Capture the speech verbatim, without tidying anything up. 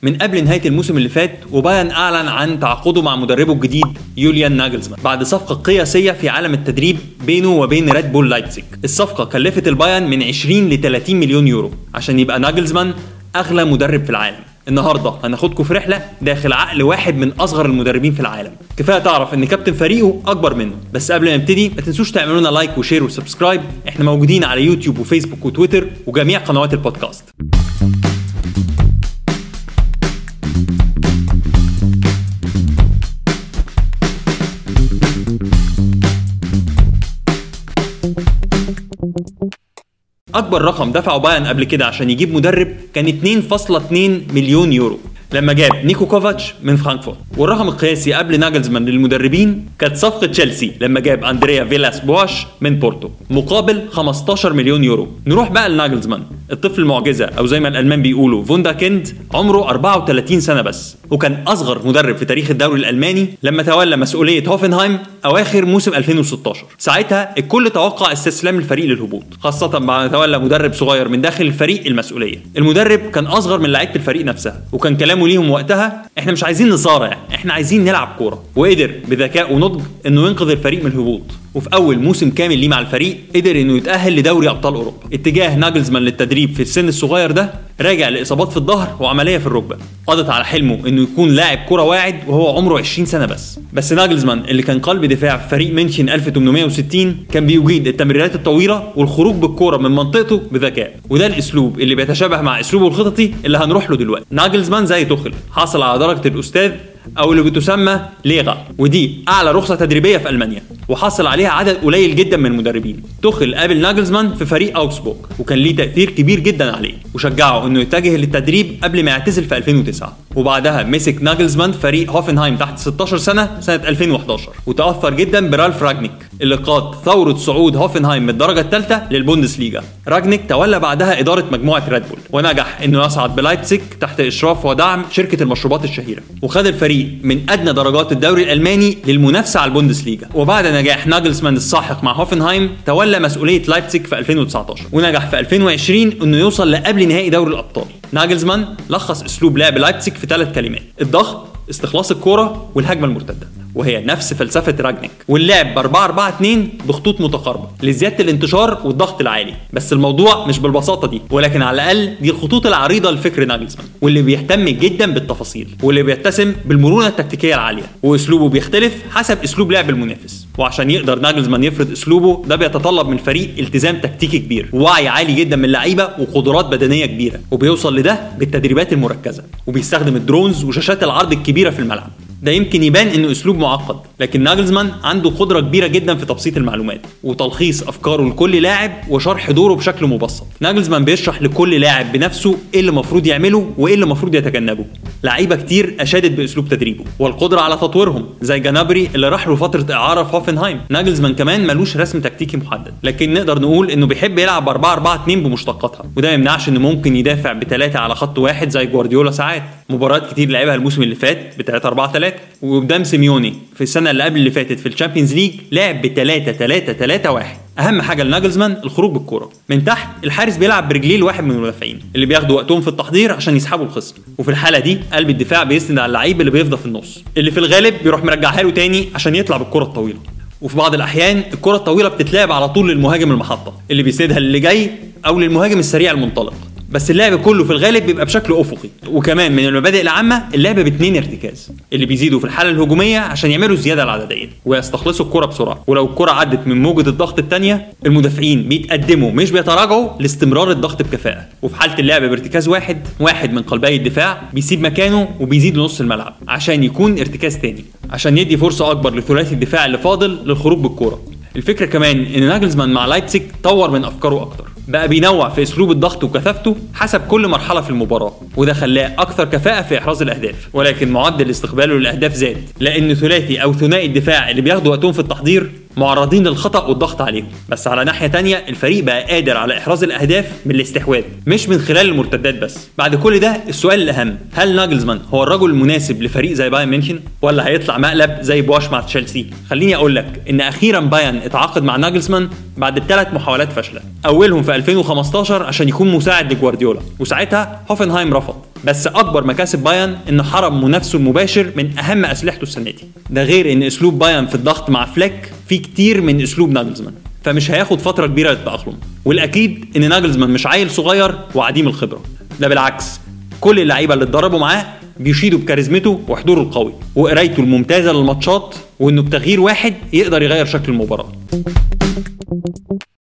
من قبل نهاية الموسم اللي فات وبايرن أعلن عن تعاقده مع مدربه الجديد يوليان ناجلزمان بعد صفقة قياسية في عالم التدريب بينه وبين ريد بول لايبزيج. الصفقة كلفت البايرن من عشرين ل ثلاثين مليون يورو عشان يبقى ناجلزمان أغلى مدرب في العالم. النهاردة هناخدكم في رحلة داخل عقل واحد من أصغر المدربين في العالم. كفاية تعرف إن كابتن فريقه أكبر منه. بس قبل ما نبتدي ما تنسوش تعملوا لنا لايك وشير وسبسكرايب. إحنا موجودين على يوتيوب وفيسبوك وتويتر وجميع قنوات البودكاست. أكبر رقم دفعه بايرن قبل كده عشان يجيب مدرب كان اثنين فاصلة اثنين مليون يورو لما جاب نيكو كوفاتش من فرانكفورت. والرقم القياسي قبل ناجلزمان للمدربين كانت صفقة تشيلسي لما جاب أندريا فيلاس بواش من بورتو مقابل خمستاشر مليون يورو. نروح بقى لناجلزمان الطفل المعجزة أو زي ما الألمان بيقولوا فوندركيند، عمره أربعة وثلاثين سنة بس، وكان أصغر مدرب في تاريخ الدوري الألماني لما تولى مسؤولية هوفنهايم أواخر موسم ألفين وستاشر. ساعتها الكل توقع استسلام الفريق للهبوط، خاصة بعد ما تولى مدرب صغير من داخل الفريق المسؤولية. المدرب كان أصغر من لعيبة الفريق نفسها، وكان كلامه ليهم وقتها احنا مش عايزين نصارع، احنا عايزين نلعب كورة. وقدر بذكاء ونضج انه ينقذ الفريق من الهبوط، وفي اول موسم كامل ليه مع الفريق قدر انه يتأهل لدوري ابطال اوروبا. اتجاه ناجلزمان للتدريب في السن الصغير ده راجع لاصابات في الظهر وعمليه في الركبه قضت على حلمه انه يكون لاعب كرة واعد وهو عمره عشرين سنة بس. بس ناجلزمان اللي كان قلب دفاع في فريق مينشن ألف وثمانمائة وستين كان بيجيد التمريرات الطويلة والخروج بالكرة من منطقته بذكاء، وده الاسلوب اللي بيتشابه مع اسلوبه الخططي اللي هنروح له دلوقتي. ناجلزمان زي توخل حصل على درجة الاستاذ او اللي بتسمى ليغا، ودي اعلى رخصة تدريبية في المانيا وحصل عليها عدد قليل جدا من المدربين. توخل قابل ناجلزمان في فريق اوكسبورغ وكان ليه تأثير كبير جدا عليه وشجعه انه يتجه للتدريب قبل ما يعتزل في ألفين وتسعة. وبعدها مسك ناجلزمان فريق هوفنهايم تحت ستاشر سنة سنة ألفين وحداشر، وتأثر جدا برالف راجنيك اللي قاد ثورة صعود هوفنهايم من الدرجة الثالثة للبوندسليغا. راجنيك تولى بعدها إدارة مجموعة ريد بول ونجح انه يصعد بلايبزيج تحت اشراف ودعم شركة المشروبات الشهيرة، وخد الفريق من ادنى درجات الدوري الالماني للمنافسه على البوندسليغا. وبعد نجاح ناجلزمان الساحق مع هوفنهايم تولى مسؤوليه لايبزيج في ألفين وتسعتاشر، ونجح في ألفين وعشرين انه يوصل لقبل نهائي دوري الابطال. ناجلزمان لخص اسلوب لعب لايبزيج في ثلاث كلمات: الضغط، استخلاص الكرة، والهجمه المرتده، وهي نفس فلسفة راجنيك. واللعب ب أربعة أربعة اثنين بخطوط متقاربة لزيادة الانتشار والضغط العالي. بس الموضوع مش بالبساطة دي، ولكن على الأقل دي الخطوط العريضة لفكر ناجلزمان، واللي بيهتم جدا بالتفاصيل واللي بيتسم بالمرونة التكتيكية العالية، واسلوبه بيختلف حسب اسلوب لعب المنافس. وعشان يقدر ناجلزمان يفرض اسلوبه ده بيتطلب من الفريق التزام تكتيكي كبير ووعي عالي جدا من اللعيبة وقدرات بدنية كبيرة، وبيوصل لده بالتدريبات المركزة، وبيستخدم الدرونز وشاشات العرض الكبيرة في الملعب. ده يمكن يبان انه اسلوب معقد، لكن ناجلزمان عنده قدرة كبيرة جدا في تبسيط المعلومات وتلخيص افكاره لكل لاعب وشرح دوره بشكل مبسط. ناجلزمان بيشرح لكل لاعب بنفسه ايه اللي المفروض يعمله وايه اللي المفروض يتجنبه. لعيبه كتير اشادت باسلوب تدريبه والقدرة على تطويرهم زي جنابري اللي راح له فترة اعارة في هوفنهايم. ناجلزمان كمان ملوش رسم تكتيكي محدد، لكن نقدر نقول انه بيحب يلعب ب أربعة أربعة اثنين بمشتقاتها، وده ما يمنعش انه ممكن يدافع بثلاثة على خط واحد زي جوارديولا. ساعات مباريات كتير لعبها الموسم اللي فات ب ثلاثة أربعة ثلاثة، وقدام سيميوني في السنة اللي قبل اللي فاتت في الشامبيونز ليج لعب ب ثلاثة ثلاثة ثلاثة واحد. اهم حاجه لناجلزمان الخروج بالكره من تحت. الحارس بيلعب برجليه لواحد من المدافعين اللي بياخدوا وقتهم في التحضير عشان يسحبوا الخصم، وفي الحاله دي قلب الدفاع بيسند على اللعيب اللي بيفضل في النص اللي في الغالب بيروح مرجعها له تاني عشان يطلع بالكره الطويله. وفي بعض الاحيان الكره الطويله بتتلعب على طول للمهاجم المحطه اللي بيسندها للي جاي او للمهاجم السريع المنطلق. بس اللعب كله في الغالب بيبقى بشكل افقي. وكمان من المبادئ العامه اللعب باثنين ارتكاز اللي بيزيدوا في الحاله الهجوميه عشان يعملوا الزياده العدديه ويستخلصوا الكره بسرعه. ولو الكره عدت من موجه الضغط الثانيه المدافعين بيتقدموا مش بيتراجعوا لاستمرار الضغط بكفاءه. وفي حاله اللعب بارتكاز واحد واحد من قلبي الدفاع بيسيب مكانه وبيزيد لنص الملعب عشان يكون ارتكاز ثاني عشان يدي فرصه اكبر لثلاثي الدفاع اللي فاضل للخروج بالكره. الفكره كمان ان ناجلزمان مع لايبزيج طور من افكاره اكتر، بقى بينوع في اسلوب الضغط وكثافته حسب كل مرحله في المباراه، وده خلاه اكثر كفاءه في احراز الاهداف. ولكن معدل استقباله للاهداف زاد لان ثلاثي او ثنائي الدفاع اللي بياخدوا وقتهم في التحضير معرضين للخطأ والضغط عليهم. بس على ناحية تانية الفريق بقى قادر على إحراز الأهداف من الاستحواذ مش من خلال المرتدات بس. بعد كل ده السؤال الأهم، هل ناجلزمان هو الرجل المناسب لفريق زي بايرن ميونخ ولا هيطلع مقلب زي بواش مع تشيلسي؟ خليني أقول لك إن أخيرا بايرن اتعاقد مع ناجلزمان بعد الثلاث محاولات فاشلة، أولهم في ألفين وخمستاشر عشان يكون مساعد لجوارديولا، وساعتها هوفنهايم رفض. بس اكبر مكاسب بايرن انه حرم منافسه المباشر من اهم اسلحته السنه دي. ده غير ان اسلوب بايرن في الضغط مع فليك فيه كتير من اسلوب ناجلزمان، فمش هياخد فتره كبيره للتاقلم. والاكيد ان ناجلزمان مش عيل صغير وعديم الخبره، ده بالعكس كل اللعيبه اللي اتدربوا معاه بيشيدوا بكاريزمته وحضوره القوي وقرايته الممتازه للماتشات، وانه بتغيير واحد يقدر يغير شكل المباراه.